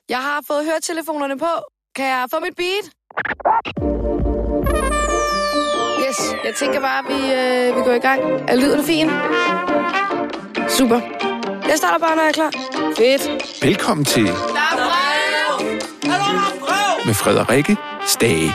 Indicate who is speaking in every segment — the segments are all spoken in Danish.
Speaker 1: Jeg har fået høretelefonerne på. Kan jeg få mit beat? Yes, jeg tænker bare, at vi går i gang. Er lyden fin? Super. Jeg starter bare, når jeg er klar. Fedt.
Speaker 2: Velkommen til...
Speaker 1: Der er brev!
Speaker 2: Med Frederikke Stage.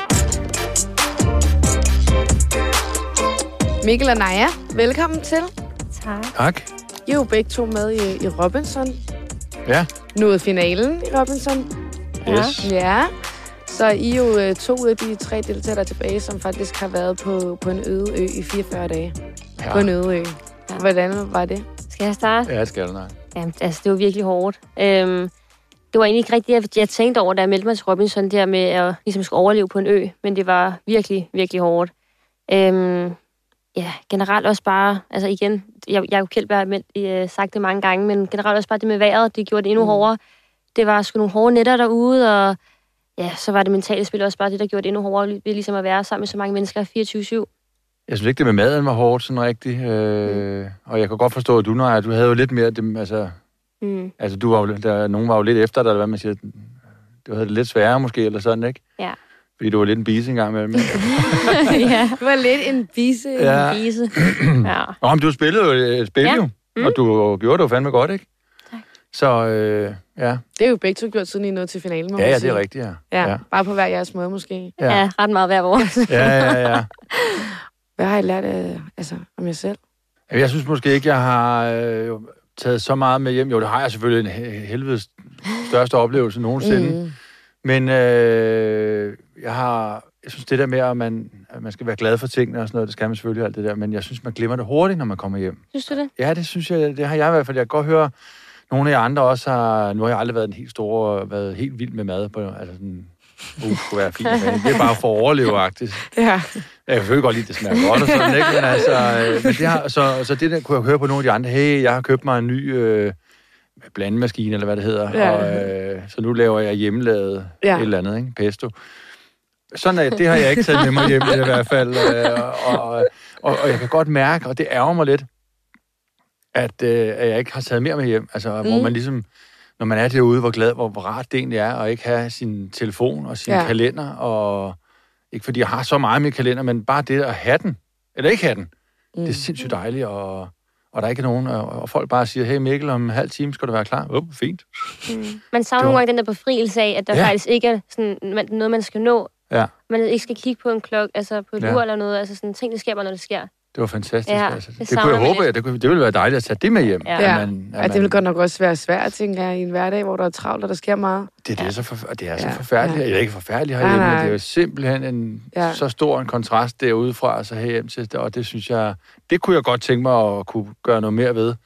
Speaker 1: Mikkel og Naja, velkommen til.
Speaker 2: Tak.
Speaker 1: I er jo begge to med i Robinson.
Speaker 2: Ja.
Speaker 1: Nåede finalen i Robinson.
Speaker 2: Yes.
Speaker 1: Ja. Så I er jo 2 ud af de 3 deltagere tilbage, som faktisk har været på en øde ø i 44 dage. Ja. På en øde ø. Ja. Hvordan var det?
Speaker 3: Skal jeg starte?
Speaker 2: Ja, det skal du nok.
Speaker 3: Jamen, altså, det var virkelig hårdt. Det var egentlig ikke rigtigt, jeg tænkte over, da jeg meldte mig til Robinson, der med at ligesom skulle overleve på en ø. Men det var virkelig, virkelig hårdt. Ja, generelt også bare, altså igen, jeg jo Kjeld har sagt det mange gange, men generelt også bare det med vejret, det gjorde det endnu hårdere. Det var sgu nogle hårde nætter derude, og ja, så var det mentale spil også bare det, der gjorde det endnu hårdere, ved ligesom at være sammen med så mange mennesker 24/7. Jeg
Speaker 4: synes ikke, det med maden var hårdt sådan rigtigt, og jeg kan godt forstå, at du havde jo lidt mere, altså du var jo, nogen var jo lidt efter dig, eller hvad man siger, du havde det lidt sværere måske, eller sådan, ikke?
Speaker 3: Ja.
Speaker 4: Fordi du var lidt en bise engang med dem.
Speaker 3: Ja.
Speaker 1: Du var lidt en bise.
Speaker 4: Ja.
Speaker 3: En bise. Ja.
Speaker 4: Men du spillede jo et spil, jo, og du gjorde det jo fandme godt, ikke?
Speaker 3: Tak.
Speaker 4: Så, ja.
Speaker 1: Det er jo begge to gjort, siden I nåede til finalen, må man
Speaker 4: Ja,
Speaker 1: sige.
Speaker 4: det er rigtigt,
Speaker 1: Ja, bare på hver jeres måde, måske.
Speaker 3: Ja, ret meget hver vores.
Speaker 4: Ja.
Speaker 1: Hvad har I lært om jer selv?
Speaker 4: Jeg synes måske ikke, jeg har taget så meget med hjem. Jo, det har jeg selvfølgelig en helvedes største oplevelse nogensinde. Men jeg synes det der med, at man skal være glad for tingene og sådan noget, det skal man selvfølgelig alt det der, men jeg synes, man glemmer det hurtigt, når man kommer hjem.
Speaker 3: Synes du det?
Speaker 4: Ja, det synes jeg, det har jeg i hvert fald. Jeg kan godt høre, nogle af jer andre også har, nu har jeg aldrig været helt vild med mad på, altså sådan, skulle være fint. Det er bare for overleveagtigt.
Speaker 1: Ja.
Speaker 4: Jeg kan selvfølgelig godt lide, at det smager godt og sådan, ikke? Men altså, men det har, så det der kunne jeg høre på nogle af de andre, hey, jeg har købt mig en ny blandemaskine, eller hvad det hedder, og så nu laver jeg hjemmelavet et eller andet, ikke? Pesto. Sådan det har jeg ikke taget med mig hjem i hvert fald, og jeg kan godt mærke, og det ærger mig lidt, at jeg ikke har taget mere med hjem, altså hvor man ligesom, når man er derude, hvor rart det egentlig er, og ikke have sin telefon og sin kalender, og ikke fordi jeg har så meget med kalender, men bare det at have den, eller ikke have den, det er sindssygt dejligt, og der er ikke nogen, og folk bare siger, hey Mikkel, om en halv time skal du være klar. Fint.
Speaker 3: Man savner nogle gange den der befrielse af, at der faktisk ikke er sådan noget, man skal nå.
Speaker 4: Ja.
Speaker 3: Man ikke skal kigge på en klokke, altså på et ur eller noget, altså sådan ting, det sker bare, når det sker.
Speaker 4: Det var fantastisk.
Speaker 3: Ja,
Speaker 4: altså. Det kunne jeg håbe, det ville være dejligt at tage det med hjem.
Speaker 1: Ja, det vil godt nok også være svært, tænker jeg, i en hverdag, hvor der er travlt, og der sker meget.
Speaker 4: Det er så forfærdeligt. Det er ikke forfærdeligt herhjemme, men det er jo simpelthen så stor en kontrast derudefra, så herhjem til, og det synes jeg, det kunne jeg godt tænke mig at kunne gøre noget mere ved,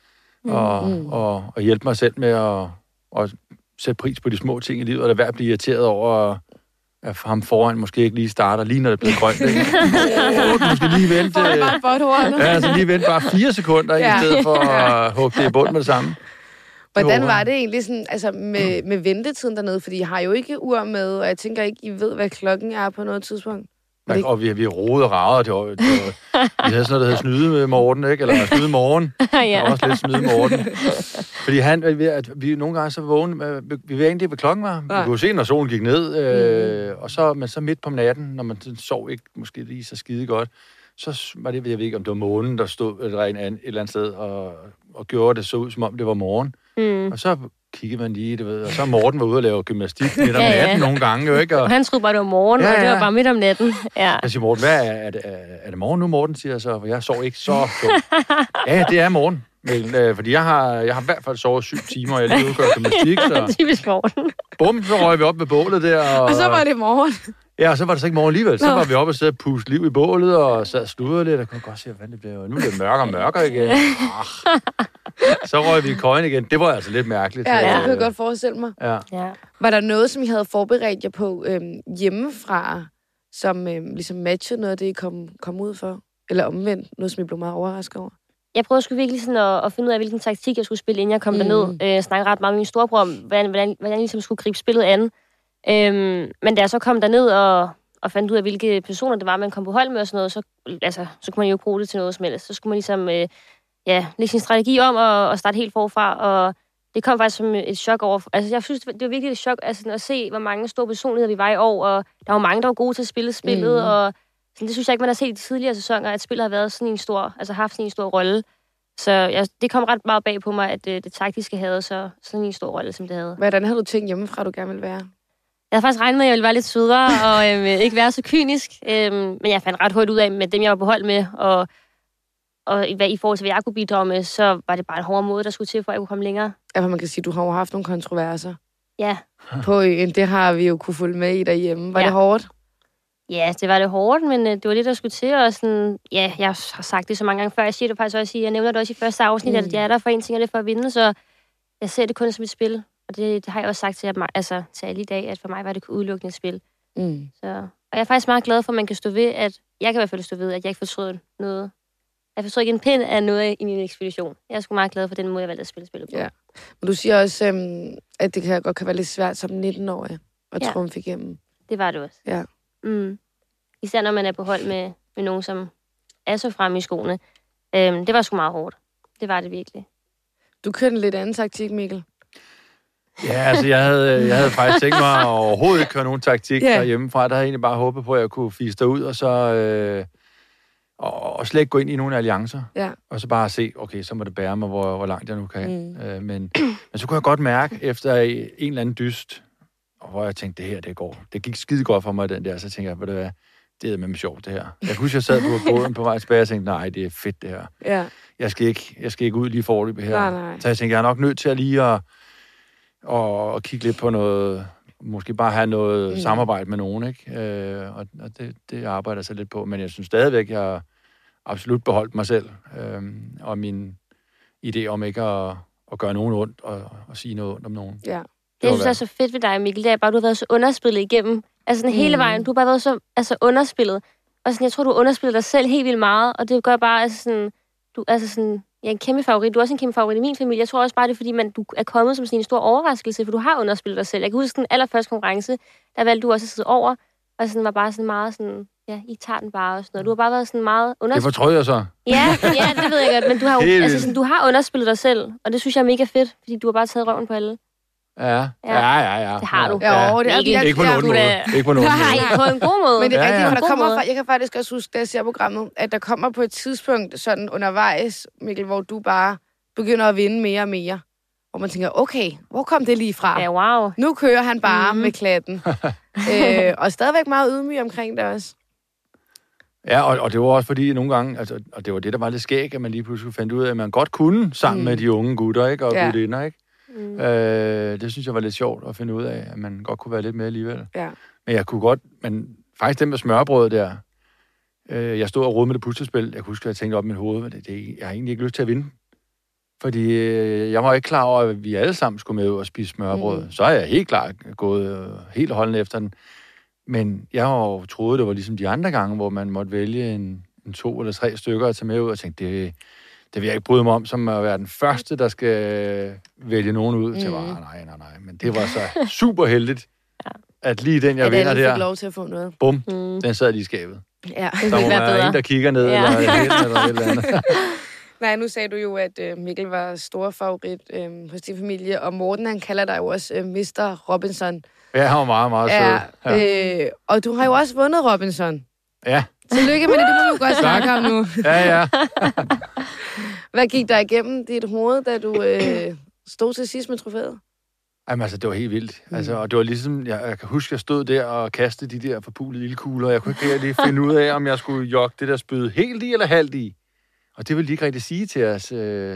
Speaker 4: og hjælpe mig selv med at sætte pris på de små ting i livet, og lade være at blive irriteret over, at ham foran måske ikke lige starter, lige når det bliver grønt. Du skal lige vente. Så lige vente bare 4 sekunder, i stedet for at hugge det i bund med det samme.
Speaker 1: Hvordan var det egentlig sådan, altså med ventetiden dernede? Fordi jeg har jo ikke ur med, og jeg tænker ikke, I ved, hvad klokken er på noget tidspunkt.
Speaker 4: Og vi roede og ragede. Vi havde sådan noget, der hed Snyde med Morten, ikke? Eller Snyde Morgen.
Speaker 3: Ja.
Speaker 4: Også lidt Snyde Morten. Fordi vi nogle gange så vågne, vi ved egentlig, hvad klokken var. Vi kunne se, når solen gik ned, men så midt på natten, når man sov ikke måske lige så skide godt, så var det, jeg ved ikke, om det var månen, der stod et eller andet sted, og gjorde det så ud, som om det var morgen. Og så kiggede man lige, og så Morten var ude og lave gymnastik midt om natten nogle gange, jo ikke? Og
Speaker 3: han troede bare, det var morgen, og det var bare midt om natten. Ja.
Speaker 4: Jeg siger, Morten, er det morgen nu, Morten, siger jeg så, for jeg sov ikke så dumt. Ja, det er morgen. Men, fordi jeg har i hvert fald sovet 7 timer, og jeg lige udgør gymnastik, så...
Speaker 3: Typisk Morten.
Speaker 4: Bum, så røg vi op med bålet der,
Speaker 1: og så var det morgen.
Speaker 4: Ja, og så var det så ikke morgen alligevel. Så var vi oppe og sidde og puste liv i bålet, og sad og sludrede lidt, og kunne godt se, hvordan det blev. Nu bliver det mørkere og mørkere igen. Så røg vi i køjen igen. Det var altså lidt mærkeligt.
Speaker 1: Ja, det kunne jeg godt forestille mig.
Speaker 4: Ja.
Speaker 1: Var der noget, som I havde forberedt jer på hjemmefra, som ligesom matchede noget af det, I kom ud for? Eller omvendt, noget, som I blev meget overrasket over?
Speaker 3: Jeg prøvede sgu virkelig sådan at finde ud af, hvilken taktik jeg skulle spille, inden jeg kom derned. Snakke ret meget med min storebror om, hvordan jeg ligesom skulle gribe spillet an. Men da jeg så kom derned og fandt ud af, hvilke personer det var, man kom på hold med og sådan noget, så kunne man jo bruge det til noget som helst. Så skulle man ligesom lægge sin strategi om og starte helt forfra, og det kom faktisk som et chok over... Altså, jeg synes, det var virkelig et chok altså, at se, hvor mange store personligheder vi var i år, og der var mange, der var gode til at spille spillet, og sådan, det synes jeg ikke, man har set i de tidligere sæsoner, at spillet har været sådan en stor... Altså, haft sådan en stor rolle. Så det kom ret meget bag på mig, at det taktiske havde sådan en stor rolle, som det havde.
Speaker 1: Hvordan har du tænkt hjemmefra, du gerne vil være?
Speaker 3: Jeg havde faktisk regnet med, at jeg ville være lidt sødere, og ikke være så kynisk. Men jeg fandt ret hurtigt ud af, med dem, jeg var på hold med, og i forhold til, hvad jeg kunne bidrage med, så var det bare en hård måde, der skulle til, for at jeg kunne komme længere.
Speaker 1: Ja, for man kan sige, du har jo haft nogle kontroverser.
Speaker 3: Ja.
Speaker 1: På øen, det har vi jo kunne følge med i derhjemme. Var det hårdt?
Speaker 3: Ja, det var det hårdt, men det var det, der skulle til. Og sådan, ja, jeg har sagt det så mange gange før. Jeg siger det faktisk også, jeg nævner det også i første afsnit, at jeg er der for en ting, og det er for at vinde, så jeg ser det kun som et spil. Og det har jeg også sagt til alle i dag, at for mig var det udelukkende et spil. Og jeg er faktisk meget glad for, at man kan stå ved, at jeg kan i hvert fald stå ved, at jeg ikke fortrød noget. Jeg fortrød ikke en pind af noget i min ekspedition. Jeg er sgu meget glad for den måde, jeg valgte at spille spillet på.
Speaker 1: Ja. Men du siger også, at det godt kan være lidt svært som 19-årig at trumfe igennem.
Speaker 3: Det var det også.
Speaker 1: Ja.
Speaker 3: Især når man er på hold med nogen, som er så fremme i skoene. Det var sgu meget hårdt. Det var det virkelig.
Speaker 1: Du kørte en lidt anden taktik, Mikkel.
Speaker 4: Ja, altså jeg havde faktisk tænkt mig at overhovedet ikke køre nogen taktik derhjemmefra. Der havde jeg egentlig bare håbet på, at jeg kunne fise derud, og så og slet ikke gå ind i nogle alliancer. Ja. Og så bare se, okay, så må det bære mig, hvor langt jeg nu kan. Men så kunne jeg godt mærke, efter en eller anden dyst, og hvor jeg tænkte, det her, det går. Det gik skide godt for mig, den der. Så tænkte jeg, ved du hvad, det er med mig sjovt, det her. Jeg kunne huske, jeg sad på båden på vej tilbage, og tænkte, nej, det er fedt, det her. Ja. Jeg skal ikke ud lige forløbet her. Nej. Så jeg tænkte, jeg er nok nødt til at lige at kigge lidt på noget, måske bare have noget samarbejde med nogen, ikke? Og det arbejder jeg så lidt på. Men jeg synes stadigvæk, jeg har absolut beholdt mig selv, og min idé om ikke at gøre nogen ondt, og sige noget ondt om nogen. Ja.
Speaker 3: Det synes jeg er så fedt ved dig, Mikkel, det er bare, du har været så underspillet igennem. Altså sådan hele vejen. Du har bare været så underspillet. Og sådan, jeg tror, du underspiller dig selv helt vildt meget, og det gør bare, altså sådan, du er en kæmpe favorit. Du er også en kæmpe favorit i min familie. Jeg tror også bare, det er, fordi du er kommet som sådan en stor overraskelse, for du har underspillet dig selv. Jeg kan huske den allerførste konkurrence, der valgte du også at sidde over, og sådan var bare sådan meget sådan, ja, I tager den bare og sådan noget. Du har bare været sådan meget underspillet.
Speaker 4: Det fortrød jeg så.
Speaker 3: Ja, det ved jeg godt, men du har jo, altså sådan, du har underspillet dig selv, og det synes jeg er mega fedt, fordi du har bare taget røven på alle.
Speaker 4: Ja. Det
Speaker 3: har du.
Speaker 1: Ja, det er
Speaker 4: ikke på nogen måde. Ikke på nogen måde.
Speaker 3: Nej, på en god måde.
Speaker 1: Men det er rigtigt, der kommer jeg kan faktisk også huske, da jeg ser programmet, at der kommer på et tidspunkt sådan undervejs, Mikkel, hvor du bare begynder at vinde mere og mere. Hvor man tænker, okay, hvor kom det lige fra?
Speaker 3: Ja, wow.
Speaker 1: Nu kører han bare med klatten. Og stadigvæk meget ydmyg omkring det også.
Speaker 4: Ja, og det var også fordi nogle gange, altså, og det var det, der var lidt skæg, at man lige pludselig fandt ud af, at man godt kunne sammen med de unge gutter, ikke? Og gutinder, ikke? Det synes jeg var lidt sjovt at finde ud af, at man godt kunne være lidt med alligevel. Ja. Men faktisk den med smørbrødet der, jeg stod og rodede med det puslespil, jeg kunne huske, at jeg tænkte op i mit hoved, jeg har egentlig ikke lyst til at vinde. Fordi jeg var ikke klar over, at vi alle sammen skulle med ud og spise smørbrød. Så er jeg helt klart gået helt holdende efter den. Men jeg har jo troet, det var ligesom de andre gange, hvor man måtte vælge en 2 eller 3 stykker at tage med ud, og tænkte, det vil jeg ikke bryde mig om, som at være den første, der skal vælge nogen ud til mig. Nej. Men det var så super heldigt, at lige den, jeg vinder der...
Speaker 1: fik lov til at få noget.
Speaker 4: Bum, den sad lige i skabet.
Speaker 1: Ja,
Speaker 3: det vil ikke være bedre.
Speaker 4: En, der kigger ned, eller et eller andet.
Speaker 1: Nej, nu sagde du jo, at Mikkel var stor favorit hos din familie, og Morten, han kalder dig jo også Mr. Robinson.
Speaker 4: Ja, han var meget, meget sød.
Speaker 1: Ja. Og du har jo også vundet Robinson.
Speaker 4: Ja.
Speaker 1: Tillykke med det, det må vi jo godt snakke om nu.
Speaker 4: Ja.
Speaker 1: Hvad gik der igennem dit hoved, da du stod til sidst med trofæet?
Speaker 4: Jamen altså, det var helt vildt. Altså, og det var ligesom, jeg kan huske, jeg stod der og kastede de der forpulede ildkugler. Jeg kunne ikke lige finde ud af, om jeg skulle jogge det der spyd helt i eller halvt i. Og det ville de ikke rigtig sige til os.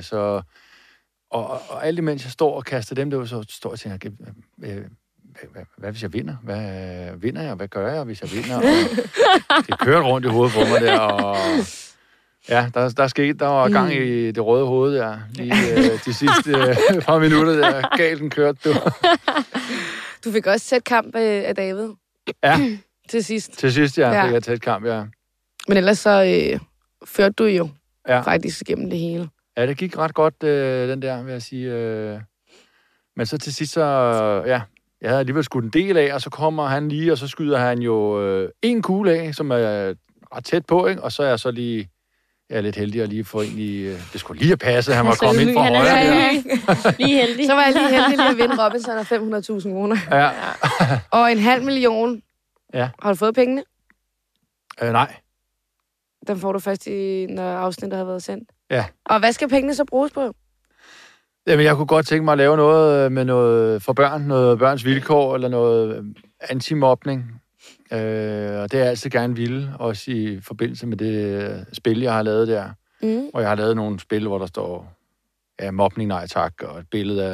Speaker 4: Og alt imens jeg står og kaster dem der, så står jeg og tænker, hvad hvis jeg vinder? Hvad vinder jeg? Hvad gør jeg, hvis jeg vinder? Og det kørte rundt i hovedet på mig der, og ja, der var gang i det røde hoved der, lige de sidste par minutter der. Galt den kørte, du.
Speaker 1: Du fik også tæt kamp af David.
Speaker 4: Ja.
Speaker 1: Til sidst.
Speaker 4: Til sidst, ja. Fik jeg tæt kamp, ja. Men
Speaker 1: ellers så førte du jo faktisk igennem det hele.
Speaker 4: Ja, det gik ret godt, den der, vil jeg sige. Men så til sidst, jeg havde alligevel skudt en del af, og så kommer han lige, og så skyder han jo en kugle af, som er ret tæt på, ikke? Og så er jeg så lige jeg er lidt heldig at lige få egentlig... Det skulle lige have passet, han var kommet ind fra højre.
Speaker 3: Lige heldig.
Speaker 1: Så var jeg lige heldig lige at vinde Robinson og 500.000 kroner.
Speaker 4: Ja.
Speaker 1: Og 500.000.
Speaker 4: Ja.
Speaker 1: Har du fået pengene?
Speaker 4: Nej.
Speaker 1: Den får du først når afsnittet har været sendt.
Speaker 4: Ja.
Speaker 1: Og hvad skal pengene så bruges på?
Speaker 4: Jamen, jeg kunne godt tænke mig at lave noget med noget for børn, noget børns vilkår, eller noget antimobning. Og det er jeg altid gerne ville, også i forbindelse med det spil, jeg har lavet der. Og jeg har lavet nogle spil, hvor der står mobning, nej tak, og et billede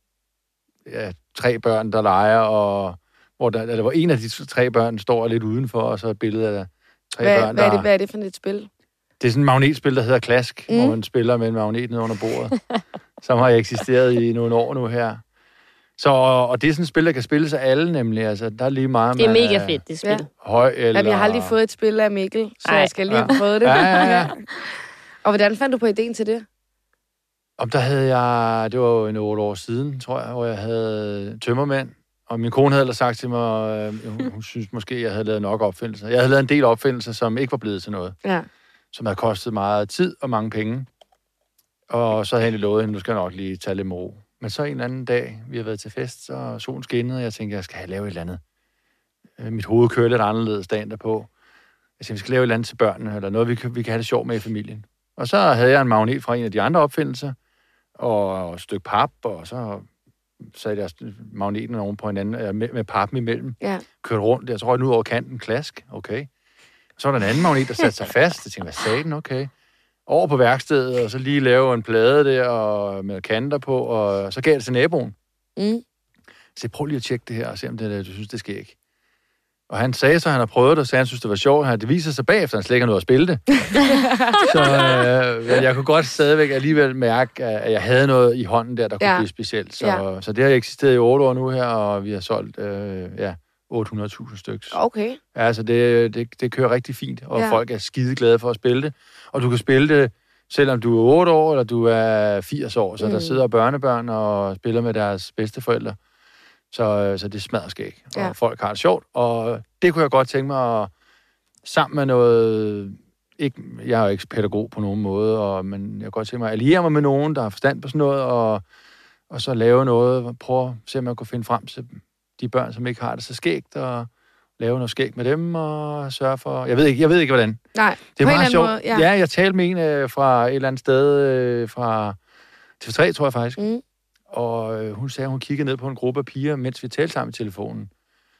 Speaker 4: af 3 børn, der leger, og hvor en af de 3 børn står lidt udenfor, og så et billede af 3 børn, der...
Speaker 1: Hvad er det for et spil?
Speaker 4: Det er sådan et magnetspil, der hedder Klask, hvor man spiller med en magnet ned under bordet, som har eksisteret i nogle år nu her. Så, og det er sådan et spil, der kan spilles af alle, nemlig. Altså, der er lige meget...
Speaker 3: Det er mega fedt, det spil.
Speaker 1: Ja.
Speaker 4: Høj eller...
Speaker 1: Jamen, jeg har aldrig fået et spil af Mikkel, så jeg skal lige have prøvet det.
Speaker 4: Ja.
Speaker 1: Og hvordan fandt du på ideen til det?
Speaker 4: Der havde jeg... Det var jo 8 år siden, tror jeg, hvor jeg havde tømmermænd. Og min kone havde ellers sagt til mig, hun synes måske, jeg havde lavet nok opfindelser. Jeg havde lavet en del opfindelser, som ikke var blevet til noget.
Speaker 1: Ja.
Speaker 4: Som havde kostet meget tid og mange penge. Og så havde jeg lovet hende, nu skal jeg nok lige tage lidt med ro. Men så en eller anden dag, vi har været til fest, så solen skinnede, og jeg tænkte, jeg skal lave et eller andet. Mit hoved kører lidt anderledes dagen derpå. Jeg tænkte, vi skal lave et eller andet til børnene, eller noget, vi kan have det sjovt med i familien. Og så havde jeg en magnet fra en af de andre opfindelser, og et stykke pap, og så satte jeg magneten oven på hinanden, med pappen imellem.
Speaker 1: Ja.
Speaker 4: Kørte rundt, jeg tror, jeg nu over kanten, klask, okay. Så var der en anden magnet, der satte sig fast. Jeg tænkte, hvad sagde den, okay. Over på værkstedet, og så lige lave en plade der, og med kanter på, og så gav det til naboen. Så prøv lige at tjekke det her, og se om du synes, det sker ikke. Og han sagde så, han har prøvet det, og sagde, han synes, det var sjovt. Det viser sig bagefter, han slet ikke har noget at spille det. Så jeg kunne godt stadigvæk alligevel mærke, at jeg havde noget i hånden der kunne blive specielt. Så det har eksisteret i 8 år nu her, og vi har solgt 800.000 stykker.
Speaker 1: Okay.
Speaker 4: Altså, det kører rigtig fint, og folk er skide glade for at spille det. Og du kan spille det, selvom du er 8 år, eller du er 80 år, så der sidder børnebørn og spiller med deres bedsteforældre. Så det smadrer skæg, og folk har det sjovt. Og det kunne jeg godt tænke mig at, sammen med noget... jeg er jo ikke pædagog på nogen måde, men jeg kunne godt tænke mig at alliere mig med nogen, der har forstand på sådan noget, og så lave noget, prøve at se, om jeg kunne finde frem til de børn, som ikke har det så skægt, og lave noget skægt med dem, og sørge for... Jeg ved ikke, hvordan.
Speaker 1: Nej,
Speaker 4: det er
Speaker 1: på
Speaker 4: meget sjovt.
Speaker 1: Måde,
Speaker 4: ja, jeg talte med en fra et eller andet sted, fra TV3, tror jeg faktisk. Og hun sagde, at hun kiggede ned på en gruppe af piger, mens vi talte sammen i telefonen.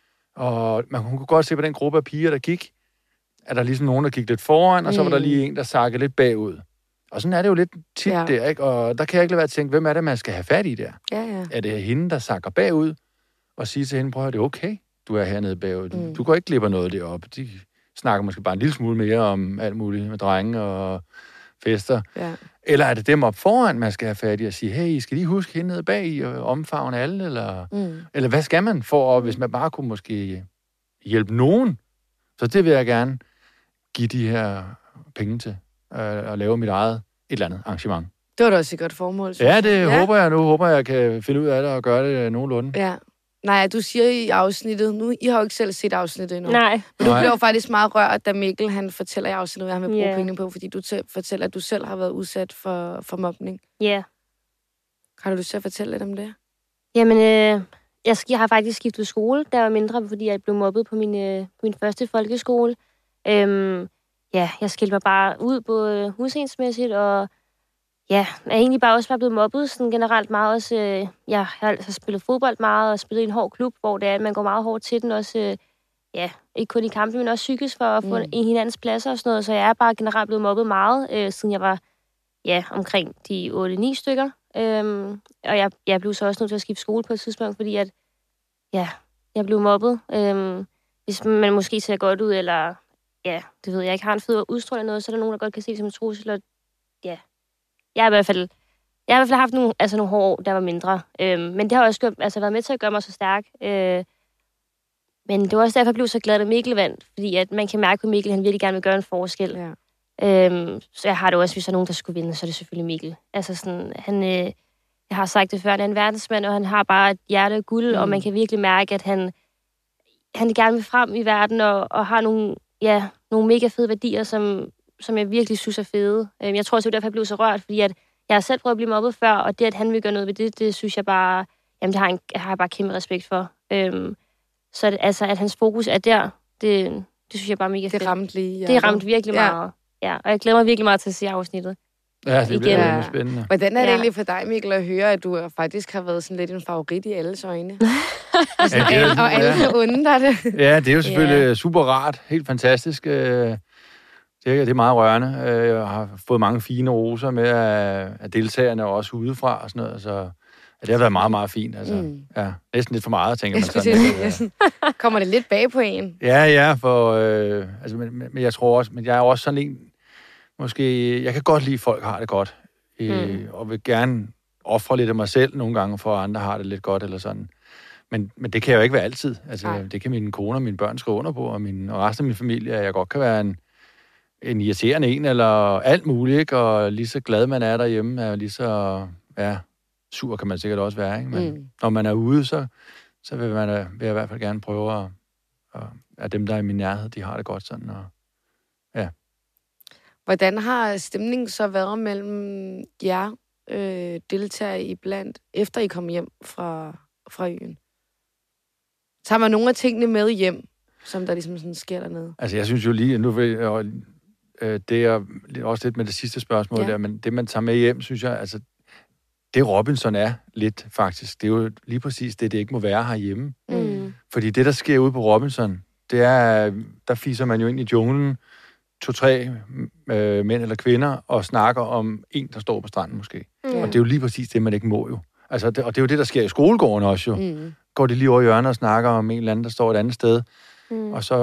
Speaker 4: Og hun kunne godt se på den gruppe af piger, der gik, at der ligesom nogen, der gik lidt foran, og så var der lige en, der sakkede lidt bagud. Og sådan er det jo lidt tit der, ikke? Og der kan jeg ikke lade være at tænke, hvem er det, man skal have fat i der?
Speaker 1: Ja.
Speaker 4: Er det hende, der sakker bagud, og sige til hende, prøv at det er okay, du er hernede bagud. Du går ikke glip af noget deroppe. De snakker måske bare en lille smule mere om alt muligt med drenge og fester. Ja. Eller er det dem op foran, man skal have fat i og sige, hey, skal lige huske hende nede bag i og omfavne alle? Eller hvad skal man for, hvis man bare kunne måske hjælpe nogen? Så det vil jeg gerne give de her penge til at lave mit eget et eller andet arrangement.
Speaker 1: Det var da også et godt formål.
Speaker 4: Ja, det håber jeg nu. Håber jeg kan finde ud af det og gøre det nogenlunde.
Speaker 1: Ja. Nej, du siger i afsnittet, nu I har jo ikke selv set afsnittet endnu.
Speaker 3: Nej.
Speaker 1: Men du blev faktisk meget rørt, da Mikkel han fortæller i afsnittet, hvad han vil bruge penge på, fordi du fortæller, at du selv har været udsat for mobning.
Speaker 3: Ja.
Speaker 1: Kan du lyst til at fortælle lidt om det?
Speaker 3: Jamen, jeg har faktisk skiftet skole, da jeg var mindre, fordi jeg blev mobbet på min første folkeskole. Jeg skilte mig bare ud, både udseendsmæssigt, og jeg er egentlig bare også blevet mobbet sådan generelt meget. Også, jeg har altså spillet fodbold meget, og spillet i en hård klub, hvor det er, at man går meget hårdt til den. Også, ikke kun i kampen, men også psykisk for at få en hinandens pladser og sådan noget. Så jeg er bare generelt blevet mobbet meget, siden jeg var omkring de 8-9 stykker. Og jeg blev så også nødt til at skifte skole på et tidspunkt, fordi at, jeg blev mobbet. Hvis man måske ser godt ud, eller det ved jeg ikke, har en fed udstråling eller noget, så er der nogen, der godt kan se det som en trussel. Og, jeg har i hvert fald haft nogle hårde år, der var mindre. Men det har også været med til at gøre mig så stærk. Men det var også derfor, jeg blev så glad, at Mikkel vandt. Fordi at man kan mærke på Mikkel, at han virkelig gerne vil gøre en forskel. Ja. Så jeg har det også, hvis der er nogen, der skulle vinde, så er det selvfølgelig Mikkel. Altså sådan, jeg har sagt det før, han er en verdensmand, og han har bare et hjerte af guld, og man kan virkelig mærke, at han gerne vil frem i verden, og har nogle mega fede værdier, som som jeg virkelig synes er fede. Jeg tror også, det er derfor, jeg blev så rørt, fordi at jeg har selv prøvet at blive mobbet før, og det, at han vil gøre noget ved det, det synes jeg bare, jamen det har jeg bare kæmpe respekt for. Så altså, at hans fokus er der, det synes jeg bare er mega fedt.
Speaker 1: Det ramte lige.
Speaker 3: Det ramte virkelig meget. Ja, og jeg glæder mig virkelig meget til at se afsnittet.
Speaker 4: Ja, det bliver spændende.
Speaker 1: Hvordan er det egentlig for dig, Mikkel, at høre, at du faktisk har været sådan lidt en favorit i alles øjne? Og alle kan undre det.
Speaker 4: Ja, det er jo selvfølgelig super rart. Helt fantastisk. Det er meget rørende. Jeg har fået mange fine roser med af deltagerne, og også udefra og sådan noget. Så det har været meget, meget fint. Altså, næsten lidt for meget, tænker man sådan.
Speaker 1: Kommer det lidt bag på en?
Speaker 4: Ja, for... men jeg tror også... Men jeg er også sådan en... Måske... Jeg kan godt lide, at folk har det godt. Og vil gerne ofre lidt af mig selv nogle gange, for at andre har det lidt godt eller sådan. Men det kan jo ikke være altid. Altså, det kan mine kone og mine børn skrive under på, og resten af min familie, at jeg godt kan være en irriterende en, eller alt muligt, ikke? Og lige så glad man er derhjemme, er lige så... sur kan man sikkert også være, ikke? Men når man er ude, så vil jeg i hvert fald gerne prøve at dem, der er i min nærhed, de har det godt sådan. Og, ja.
Speaker 1: Hvordan har stemningen så været mellem jer deltagere iblandt, efter I kom hjem fra øen? Tager man nogle af tingene med hjem, som der ligesom sådan sker dernede?
Speaker 4: Altså, jeg synes jo lige, nu vil det er også lidt med det sidste spørgsmål der, men det, man tager med hjem, synes jeg, altså, det Robinson er lidt, faktisk. Det er jo lige præcis det ikke må være herhjemme. Fordi det, der sker ude på Robinson, det er, der fiser man jo ind i junglen, 2-3 mænd eller kvinder, og snakker om en, der står på stranden måske. Og det er jo lige præcis det, man ikke må jo. Altså, og det er jo det, der sker i skolegården også jo. Går de lige over hjørnet og snakker om en eller anden, der står et andet sted. Og så,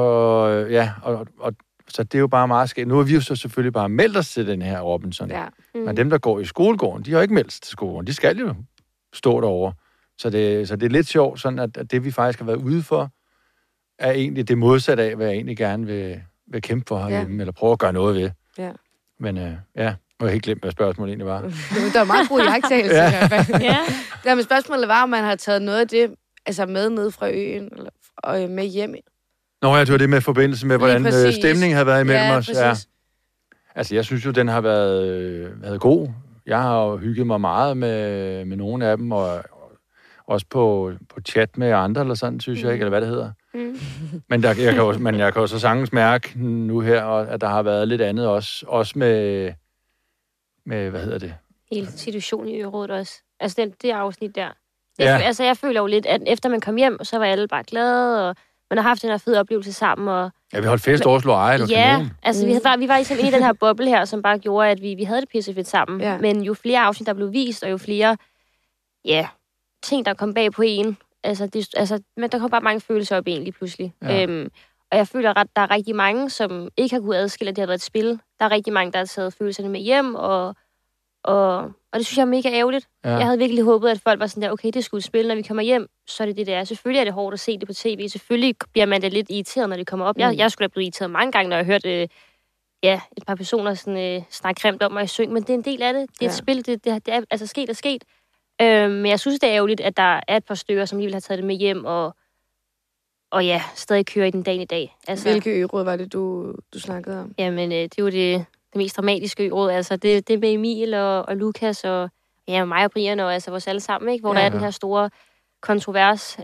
Speaker 4: så det er jo bare meget skægt. Nu har vi jo så selvfølgelig bare meldt os til den her Robinson. Ja. Men dem, der går i skolegården, de har ikke meldt sig til skolegården. De skal jo stå derovre. Så det er lidt sjovt, sådan at det, vi faktisk har været ude for, er egentlig det modsatte af, hvad jeg egentlig gerne vil kæmpe for herhjemme, eller prøve at gøre noget ved. Ja. Men nu har jeg helt glemt, hvad spørgsmålet egentlig var.
Speaker 1: Der er meget god jagttagelse. Ja, men spørgsmålet var, om man har taget noget af det altså med ned fra øen, og med hjem.
Speaker 4: Nå, jeg tror, det er med forbindelse med, hvordan stemningen har været imellem os.
Speaker 1: Ja.
Speaker 4: Altså, jeg synes jo, den har været god. Jeg har jo hygget mig meget med nogle af dem, og også på chat med andre, eller sådan, synes jeg ikke, eller hvad det hedder. Men jeg kan jo så sagtens mærke nu her, at der har været lidt andet også med hvad hedder det?
Speaker 3: Hele situationen i Ørådet også. Altså, det afsnit der. Jeg føler jo lidt, at efter man kom hjem, så var alle bare glade, og man har haft den her fede oplevelse sammen. Og
Speaker 4: vi holdt fest over Slå Ej, eller
Speaker 3: kanon. Altså vi var ligesom inde i den her boble her, som bare gjorde, at vi havde det pissefedt sammen. Ja. Men jo flere afsnit, der blev vist, og jo flere ting, der kom bag på en, men der kom bare mange følelser op egentlig pludselig. Ja. Og jeg føler, at der er rigtig mange, som ikke har kunnet adskille, at det har været et spil. Der er rigtig mange, der har taget følelserne med hjem, og det synes jeg er mega ærgerligt. Ja. Jeg havde virkelig håbet, at folk var sådan der, okay, det skulle spille, når vi kommer hjem, så er det er. Selvfølgelig er det hårdt at se det på tv. Selvfølgelig bliver man da lidt irriteret, når det kommer op. Jeg skulle have blevet irriteret mange gange, når jeg hørte et par personer sådan, snakke grimt om mig i syng, men det er en del af det. Det er et spil, det er altså sket og sket. Men jeg synes, det er ærgerligt, at der er et par stykker, som lige vil have taget det med hjem, og stadig kører i den dag i dag. Altså,
Speaker 1: hvilke øråd var det, du snakkede om?
Speaker 3: Jamen, det er jo det mest dramatiske øråd. Altså, det med Emil og Lukas, og mig og Brian, og altså vores alle sammen, ikke? Hvor der er den her store kontrovers.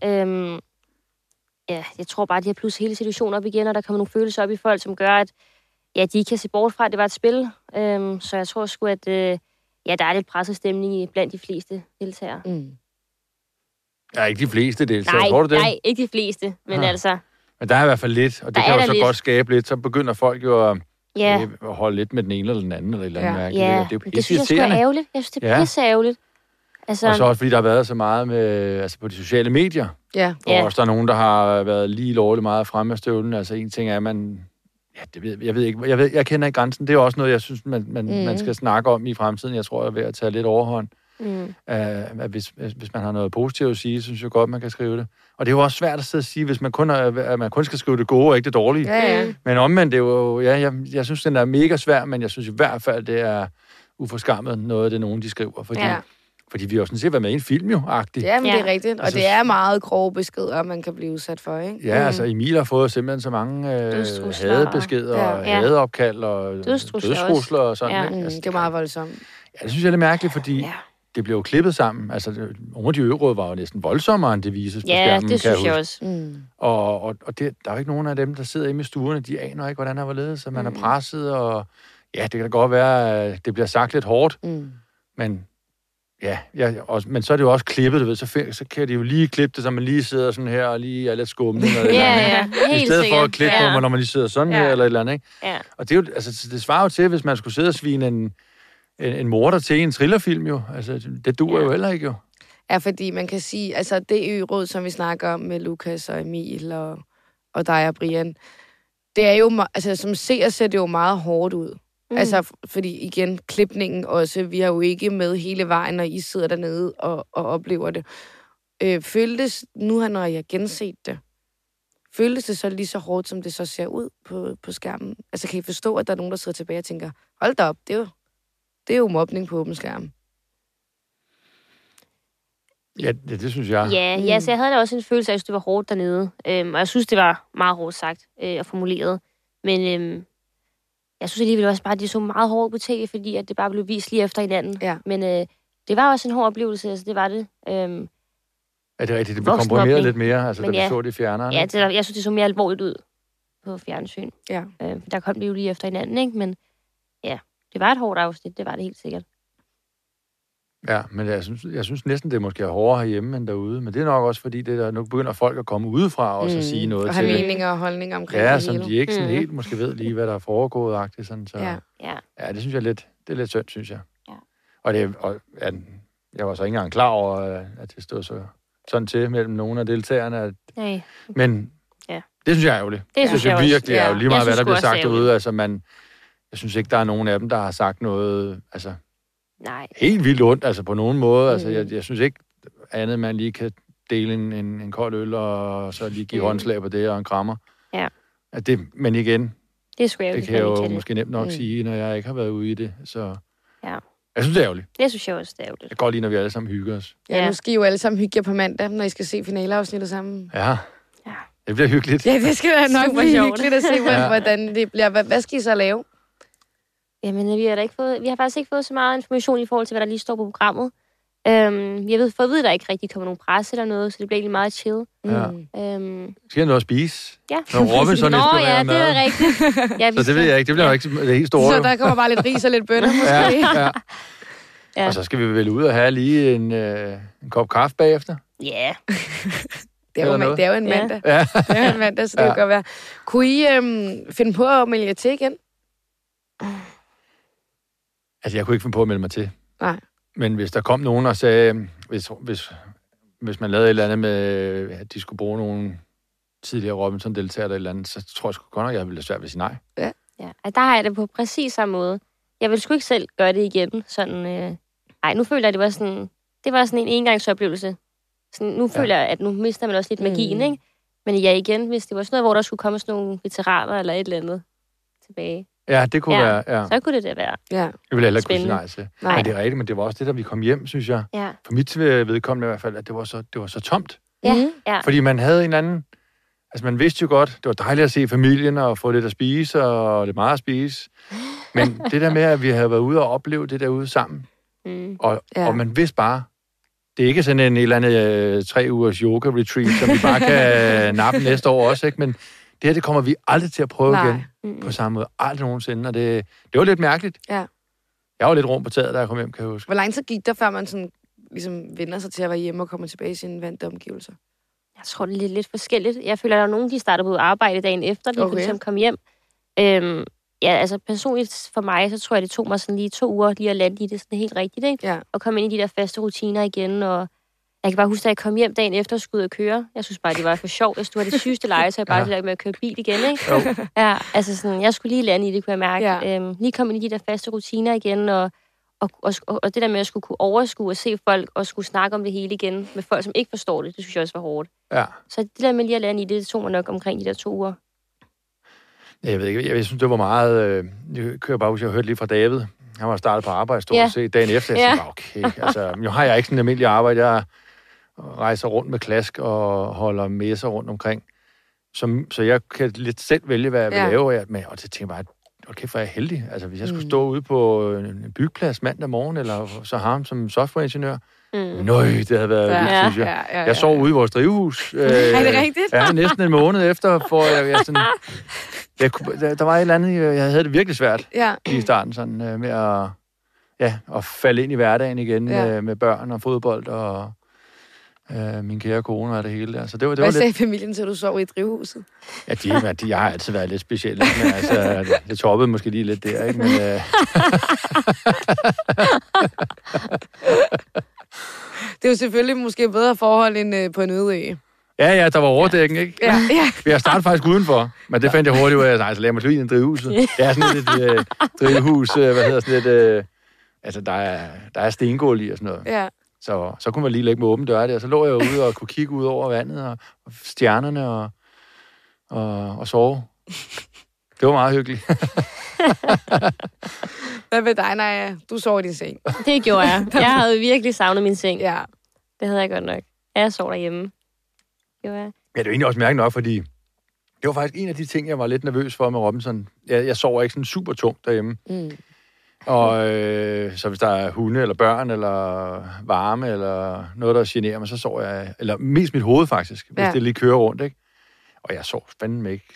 Speaker 3: Jeg tror bare, at de har pludselig hele situationen op igen, og der kommer nogle følelser op i folk, som gør, at de ikke kan se bort fra, at det var et spil. Så jeg tror sgu, at der er lidt pressestemning blandt de fleste deltagere.
Speaker 4: Ja, ikke de fleste deltagere, tror du det?
Speaker 3: Nej, ikke de fleste, men altså...
Speaker 4: Men der er i hvert fald lidt, og det kan jo så godt skabe lidt, så begynder folk jo at holde lidt med den ene eller den anden, eller et eller andet mærke.
Speaker 3: Ja, det er jo det synes jeg er ærgerligt. Jeg synes, det er pisse ærgerligt. Altså...
Speaker 4: Og så også, fordi der har været så meget med, på de sociale medier.
Speaker 1: Ja.
Speaker 4: Og også der er nogen, der har været lige lovligt meget fremme af støvlen. Altså en ting er, at man... Ja, det ved jeg ved ikke. Jeg kender ikke grænsen. Det er også noget, jeg synes, man skal snakke om i fremtiden. Jeg tror, jeg er ved at tage lidt overhånd. Hvis man har noget positivt at sige, synes jeg godt, man kan skrive det. Og det er jo også svært at sidde og sige, hvis man kun skal skrive det gode og ikke det dårlige.
Speaker 1: Ja.
Speaker 4: Men omvendt, det er jo... jeg synes, den er mega svær, men jeg synes i hvert fald, det er uforskammet noget af det, nogen de skriver. Fordi vi har jo sådan set været med i en film jo, agtigt.
Speaker 1: Ja, men det er rigtigt. Og
Speaker 4: Altså,
Speaker 1: det er meget grove beskeder, man kan blive udsat for, ikke?
Speaker 4: Ja, altså Emil har fået simpelthen så mange hadebeskeder og hadeopkald og dødstrusler og sådan, ikke? Altså,
Speaker 1: det er meget voldsomt.
Speaker 4: Ja, det synes jeg er lidt mærkeligt, fordi det blev jo klippet sammen. Altså, nogle af de øvrige var jo næsten voldsommere, end det vises på skærmen.
Speaker 3: Ja, det synes jeg også.
Speaker 4: Og det, der er jo ikke nogen af dem, der sidder inde i stuerne, de aner ikke, hvordan der var ledet, så man er presset, og ja, det kan da godt være, at det bliver sagt lidt hårdt, men men så er det jo også klippet, du ved, så kan de jo lige klippe det, så man lige sidder sådan her, og lige er lidt skummende. I stedet for at klippe på, når man lige sidder sådan her, eller et eller andet, ikke? Ja. Og det er jo, altså, det svarer jo til, hvis man skulle sidde og svine en morder til en thrillerfilm jo. Altså, det duer jo heller ikke jo.
Speaker 1: Ja, fordi man kan sige, altså det ø-råd, som vi snakker om med Lukas og Emil og dig og Brian, det er jo, altså som seer ser det jo meget hårdt ud. Altså, fordi igen, klipningen også, vi har jo ikke med hele vejen, når I sidder dernede og oplever det. Føltes, nu når jeg genset det, føltes det så lige så hårdt, som det så ser ud på skærmen? Altså, kan I forstå, at der er nogen, der sidder tilbage og tænker, hold da op, det er jo mobning på åben skærm.
Speaker 4: Ja, det synes jeg.
Speaker 3: Ja, så jeg havde da også en følelse af, at det var hårdt dernede. Og jeg synes, det var meget hårdt sagt og formuleret. Men jeg synes alligevel også bare, at de så meget hårdt på tv, fordi at det bare blev vist lige efter hinanden. Ja. Men det var også en hård oplevelse, altså det var det.
Speaker 4: Er det rigtigt? Det blev komprimeret lidt mere, altså da vi så det i fjerneren?
Speaker 3: Ja, jeg synes, det så mere alvorligt ud på fjernsyn. Ja. Der kom det jo lige efter hinanden, ikke? Men ja, det var et hårdt afsnit, det var det helt sikkert.
Speaker 4: Ja, men jeg synes næsten, det er måske hårdere herhjemme end derude. Men det er nok også, fordi nu begynder folk at komme udefra og så sige noget til det.
Speaker 1: Og have meninger og holdninger omkring
Speaker 4: det
Speaker 1: hele.
Speaker 4: Som de ikke sådan helt måske ved lige, hvad der er foregået-agtigt. Sådan, så. Ja, det synes jeg det er lidt synd, synes jeg. Ja. Og jeg var så ikke engang klar over, at det stod sådan til mellem nogle af deltagerne. Nej. Men det synes jeg er ærgerligt. Det synes jeg virkelig er lige meget, hvad der bliver sagt derude. Altså, jeg synes ikke, der er nogen af dem, der har sagt noget, altså helt vildt ondt, altså på nogen måde. Altså, jeg synes ikke andet, man lige kan dele en kold øl, og så lige give håndslag på det, og en krammer. Ja. Men igen, det kan jeg jo måske nemt nok sige, når jeg ikke har været ude i det. Så jeg synes, det er ærgerligt.
Speaker 3: Det synes jeg også, det er ærgerligt.
Speaker 4: Jeg går lige, når vi alle sammen hygger os.
Speaker 1: Ja, nu skal I jo alle sammen hygge jer på mandag, når I skal se finaleafsnittet sammen.
Speaker 4: Ja. Det bliver hyggeligt.
Speaker 1: Ja, det skal da nok blive hyggeligt at se, hvordan det bliver. Hvad skal I så lave?
Speaker 3: Jamen, vi har faktisk ikke fået så meget information i forhold til, hvad der lige står på programmet. Jeg ved, for at vide, at der ikke rigtig kommer nogen presse eller noget, så det bliver egentlig meget chill.
Speaker 4: Ja. Skal jeg noget spise?
Speaker 3: Ja.
Speaker 4: Når Robinson
Speaker 3: ja, det er rigtigt. Ja,
Speaker 4: så det ved jeg ikke. Det bliver jo ikke det helt store.
Speaker 1: Så der kommer bare lidt ris og lidt bønner, måske.
Speaker 4: Ja. Og så skal vi vel ud og have lige en kop kaffe bagefter.
Speaker 3: Ja.
Speaker 1: Det er jo en mandag. Ja. Det er en mandag, så det kan godt være. Kunne I finde på at melde jer til igen?
Speaker 4: Altså, jeg kunne ikke finde på at melde mig til.
Speaker 1: Nej.
Speaker 4: Men hvis der kom nogen og sagde, hvis man lavede et eller andet med, at de skulle bruge nogle tidligere Robinson-deltagere eller et eller andet, så tror jeg sgu godt nok, at jeg ville have svært ved at sige nej.
Speaker 3: Ja, der har jeg det på præcis samme måde. Jeg ville sgu ikke selv gøre det igen. Sådan, nu føler jeg, at det var sådan en engangsoplevelse. Sådan, nu føler jeg, at nu mister man også lidt magien, ikke? Men igen, hvis det var sådan noget, hvor der skulle komme sådan nogle veteraner eller et eller andet tilbage.
Speaker 4: Ja, det kunne være, ja.
Speaker 3: Så kunne det være. Ja.
Speaker 4: Jeg ville heller ikke kunne sige nej til. Men det er rigtigt, men det var også det, der vi kom hjem, synes jeg. Ja. For mit vedkommende i hvert fald, at det var så tomt. Ja. Fordi man havde en eller anden... Altså, man vidste jo godt, det var dejligt at se familien og få lidt at spise og lidt meget at spise. Men det der med, at vi havde været ude og opleve det derude sammen. Og man vidste bare, det er ikke sådan en eller anden 3 ugers yoga-retreat, som vi bare kan nappe næste år også, ikke? Men det kommer vi aldrig til at prøve igen på samme måde. Aldrig nogensinde, og det var lidt mærkeligt. Ja. Jeg var lidt rum på taget, da jeg kom hjem, kan jeg huske.
Speaker 1: Hvor lang tid gik der, før man sådan, ligesom vender sig til at være hjemme og komme tilbage i sine vante omgivelser?
Speaker 3: Jeg tror, det er lidt forskelligt. Jeg føler, at der er nogen, de starter på arbejde dagen efter, de kunne komme hjem. Altså personligt for mig, så tror jeg, det tog mig sådan lige 2 uger lige at lande i det sådan helt rigtigt, ikke? Ja. Og komme ind i de der faste rutiner igen, og jeg kan bare huske, at jeg kom hjem dagen efter og skulle ud og køre. Jeg synes bare, det var for sjovt. Jeg stod det sygeste leje, så jeg bare det med at køre bil igen, ikke? Ja, altså sådan, jeg skulle lige lande i det, kunne jeg mærke. Ja. Lige komme ind i de der faste rutiner igen, og det der med at skulle kunne overskue og se folk, og skulle snakke om det hele igen med folk, som ikke forstår det, det synes jeg også var hårdt. Ja. Så det der med lige at lande i det tog mig nok omkring de der 2 uger.
Speaker 4: Jeg ved ikke, jeg synes, det var meget... Jeg kører bare, jeg hørte lige fra David. Han var startet på arbejde stort set dagen efter. Jeg tænkte, okay, altså, nu har jeg ikke sådan en almindelig arbejde. Jeg rejser rundt med klask og holder messer rundt omkring. Så jeg kan lidt selv vælge, hvad jeg vil lave. Og så tænkte jeg bare, okay, for jeg er heldig. Altså, hvis jeg skulle stå ude på en byggeplads mandag morgen, eller så ham som softwareingeniør, nøj, det havde været vildt, synes jeg. Jeg sov ude i vores drivhus.
Speaker 1: Er det rigtigt?
Speaker 4: Ja, næsten en måned efter, for jeg sådan... Der var et eller andet, jeg havde det virkelig svært i starten, sådan med at falde ind i hverdagen igen med børn og fodbold og min kære kone og det hele der. Så det var
Speaker 1: Hvad
Speaker 4: lidt...
Speaker 1: sagde familien, så du sov i drivhuset?
Speaker 4: Ja, de har altid været lidt specielle, men altså, det toppede måske lige lidt der, ikke? Men,
Speaker 1: det er jo selvfølgelig måske bedre forhold end på en øde ø.
Speaker 4: Ja, der var overdækken, ikke?
Speaker 1: Ja.
Speaker 4: Jeg startede faktisk udenfor, men det fandt jeg hurtigt ud af. Så lad mig lige ind i drivhuset. Det er sådan et drivhus, altså, der er stengulv i og sådan noget.
Speaker 1: Ja.
Speaker 4: Så kunne man lige lægge med åben dør der. Så lå jeg ude og kunne kigge ud over vandet og stjernerne og sove. Det var meget hyggeligt.
Speaker 1: Hvad med dig, Naja? Du sov i din seng.
Speaker 3: Det gjorde jeg. Jeg havde virkelig savnet min seng.
Speaker 1: Ja.
Speaker 3: Det havde jeg godt nok. Jeg sov derhjemme. Jo, ja.
Speaker 4: Ja, det er jo egentlig også mærkeligt nok, fordi det var faktisk en af de ting, jeg var lidt nervøs for med Robinson. Jeg sover ikke sådan super tungt derhjemme. Og så hvis der er hunde eller børn eller varme eller noget, der generer mig, så sover jeg, eller mest mit hoved faktisk, hvis det lige kører rundt, ikke? Og jeg sov fandme ikke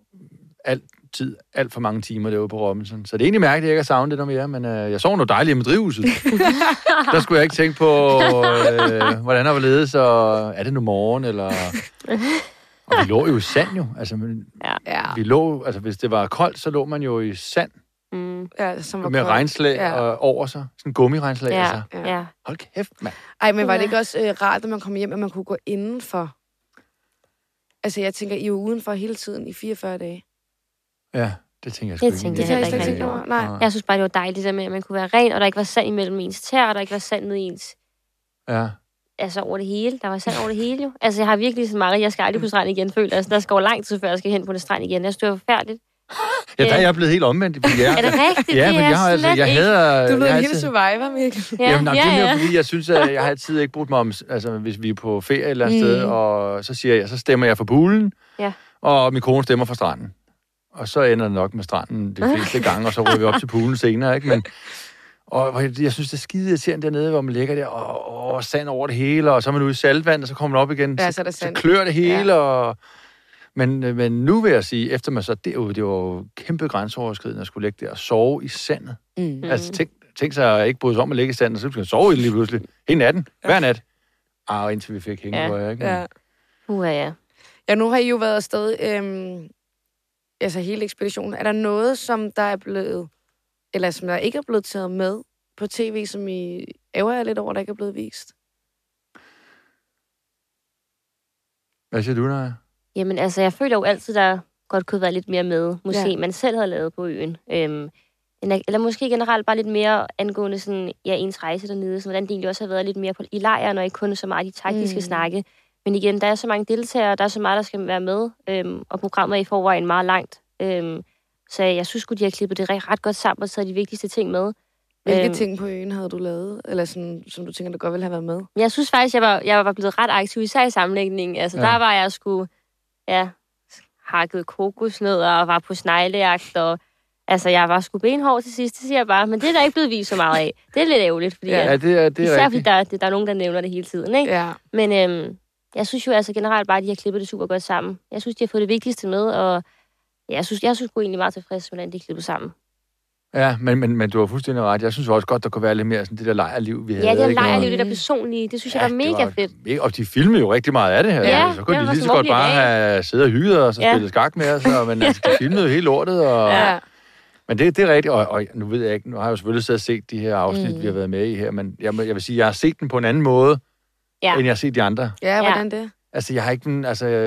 Speaker 4: alt for mange timer derude på Robinson. Så det er egentlig mærkeligt, at jeg ikke har savnet det noget mere, men jeg sov noget dejligt med drivhuset. Der skulle jeg ikke tænke på, hvordan der var ledes, og er det nu morgen, eller... Og vi lå jo i sand jo. Altså, vi lå, altså hvis det var koldt, så lå man jo i sand.
Speaker 1: Ja, som var
Speaker 4: med regnslag over sig. Sådan en gummiregnslag.
Speaker 3: Ja.
Speaker 4: Altså.
Speaker 3: Ja.
Speaker 4: Hold kæft, mand.
Speaker 1: Ej, men var det ikke også rart, at man kom hjem, at man kunne gå indenfor? Altså, jeg tænker, I er jo udenfor hele tiden i 44 dage.
Speaker 4: Ja, det tænker jeg sgu ikke.
Speaker 3: Det tænkte jeg heller ikke.
Speaker 1: Nej.
Speaker 3: Jeg synes bare, det var dejligt, at man kunne være ren, og der ikke var sand imellem ens tær, og der ikke var sand ned i ens...
Speaker 4: Ja.
Speaker 3: Altså over det hele. Der var sand over det hele jo. Altså, jeg har virkelig sådan meget, jeg skal aldrig på stranden igen, føler. Altså, der skal over lang tid, før jeg skal hen på den strand igen. Jeg synes, det var forfærdeligt.
Speaker 4: Ja, der er jeg blevet helt omvendt.
Speaker 3: Er det rigtigt?
Speaker 4: Ja, men jeg har altså...
Speaker 1: Du blev en lille survivor, Mikkel.
Speaker 4: Jamen, det er mere, fordi jeg synes, at jeg har altid ikke brugt mig om... Altså, hvis vi er på ferie et eller andet sted, og så siger jeg, så stemmer jeg for poolen, og min kone stemmer for stranden. Og så ender det nok med stranden de fleste gange, og så ryger vi op til poolen senere, ikke? Men... Og jeg synes, det er skide irriterende dernede, hvor man ligger der og sand over det hele, og så er man ude i saltvand, og så kommer man op igen, så klør det hele, og... Men nu vil jeg sige, efter man så derude, det var jo kæmpe grænseoverskridende at skulle ligge der og sove i sandet. Altså tænk sig at ikke bryde sig om at ligge i sandet, så skal man sove i det lige pludselig. Hele natten, hver nat. Indtil vi fik hængekøjer, ikke?
Speaker 3: Ja.
Speaker 1: Ja, nu har I jo været afsted, altså hele ekspeditionen. Er der noget, som der er blevet, eller som der ikke er blevet taget med på tv, som I ærger jer lidt over, der ikke er blevet vist?
Speaker 4: Hvad siger du, Naja?
Speaker 3: Jamen, altså, jeg føler jo altid, der godt kunne være lidt mere med. Måske man selv havde lavet på øen. Eller måske generelt bare lidt mere angående sådan, ens rejse dernede. Så hvordan det egentlig også har været lidt mere i lejren, og ikke kun så meget de taktiske snakke. Men igen, der er så mange deltagere, der er så meget, der skal være med. Og programmet er i forvejen meget langt. Så jeg synes godt de har klippet det ret godt sammen og taget de vigtigste ting med.
Speaker 1: Hvilke ting på øen havde du lavet? Eller sådan, som du tænker, der godt ville have været med?
Speaker 3: Jeg synes faktisk, jeg var blevet ret aktiv, især i sammenlægningen. Altså, der var jeg hakket kokosnødder og var på sneglejagt. Og, altså, jeg var sgu benhård til sidst, det siger jeg bare. Men det er der ikke blevet vist så meget af. Det er lidt ærgerligt, fordi...
Speaker 4: Ja, det er
Speaker 3: især fordi der er nogen, der nævner det hele tiden, ikke?
Speaker 1: Ja.
Speaker 3: Men jeg synes jo altså generelt bare, at de har klippet det super godt sammen. Jeg synes, de har fået det vigtigste med, og jeg synes egentlig meget tilfreds med, hvordan de er klippet sammen.
Speaker 4: Ja, men du har fuldstændig ret. Jeg synes også godt, der kunne være lidt mere sådan det der lejrliv, vi havde.
Speaker 3: Ja, det der lejrliv, det der personlige, det synes jeg var mega fedt.
Speaker 4: Og de filmede jo rigtig meget af det her.
Speaker 3: Ja,
Speaker 4: så kunne de lige så godt bare have siddet og hygget og så spillet skak med os. Men altså, de filmede jo hele lortet. Men det er rigtigt, og nu ved jeg ikke, nu har jeg jo selvfølgelig siddet og set de her afsnit, vi har været med i her, men jeg vil sige, jeg har set den på en anden måde, end jeg har set de andre.
Speaker 1: Ja, hvordan det?
Speaker 4: Altså, jeg har ikke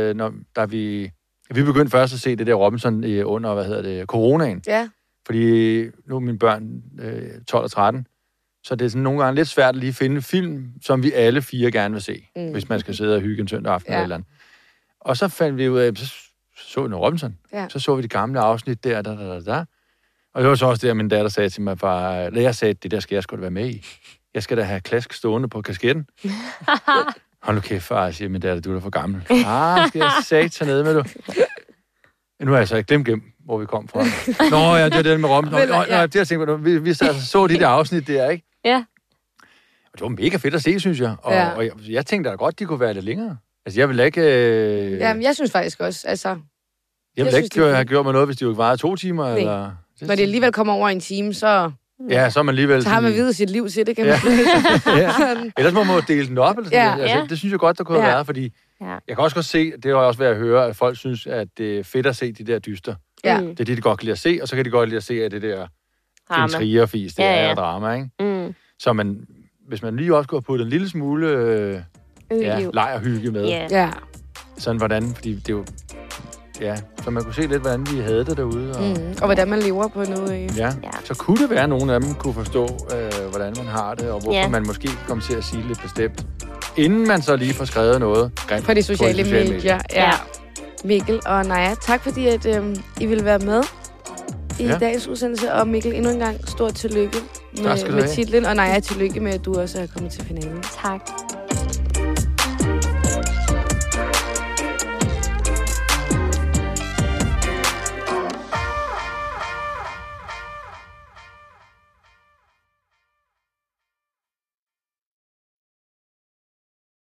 Speaker 4: vi begyndte først at se det der Robinson under, coronaen.
Speaker 1: Ja.
Speaker 4: Fordi nu er mine børn 12 og 13, så det er sådan nogle gange lidt svært at lige finde film, som vi alle 4 gerne vil se, hvis man skal sidde og hygge en søndag aften eller andet. Og så fandt vi ud af, så vi noget Robinson. Ja. Så vi de gamle afsnit der. Og det var så også det, at min datter sagde til mig, far, jeg sagde, det der skal jeg sgu da være med i. Jeg skal da have klask stående på kasketten. Hold nu kæft, far, siger min datter, du er da for gammel. Skal jeg tage ned med du? Nu har jeg så ikke glemt, hvor vi kom fra. Nå, ja, det var det med Rom. Det jeg tænkte, vi så de der afsnit der, ikke?
Speaker 3: Ja.
Speaker 4: Og det var mega fedt at se, synes jeg. Og jeg tænkte da godt, de kunne være lidt længere. Altså, jeg ville ikke...
Speaker 1: Jamen, jeg synes faktisk også, altså...
Speaker 4: Jeg ville ikke have gjort mig noget, hvis de jo varede 2 timer,
Speaker 1: nej.
Speaker 4: eller...
Speaker 1: Når det alligevel kommer over en time, så...
Speaker 4: Ja, så er man alligevel...
Speaker 1: Så har man videt sit liv til det, kan man sige.
Speaker 4: Ellers må man dele den op, eller sådan
Speaker 1: ja.
Speaker 4: altså, det synes jeg godt, der kunne have været, fordi... Jeg kan også godt se, det er også ved at høre, at folk synes, at det er fedt at se de der dyster.
Speaker 1: Ja.
Speaker 4: Det er det, de godt kan lide at se, og så kan de godt lide at se, at det der intrigerfis, det er drama, ikke?
Speaker 3: Mm.
Speaker 4: Så hvis man lige også kunne have puttet en lille smule leg og hygge med.
Speaker 1: Ja.
Speaker 4: Sådan hvordan, fordi det er jo... Ja, så man kunne se lidt, hvordan vi havde det derude.
Speaker 1: Og hvordan man lever på noget.
Speaker 4: Ja, så kunne det være, at nogle af dem kunne forstå, hvordan man har det, og hvorfor man måske kommer til at sige lidt bestemt, inden man så lige får skrevet noget grimt
Speaker 1: på de sociale medier. Ja. Mikkel og Naja, tak fordi, at I ville være med i dagens udsendelse. Og Mikkel, endnu en gang stort tillykke med titlen. Og Naja, tillykke med, at du også er kommet til finalen.
Speaker 3: Tak.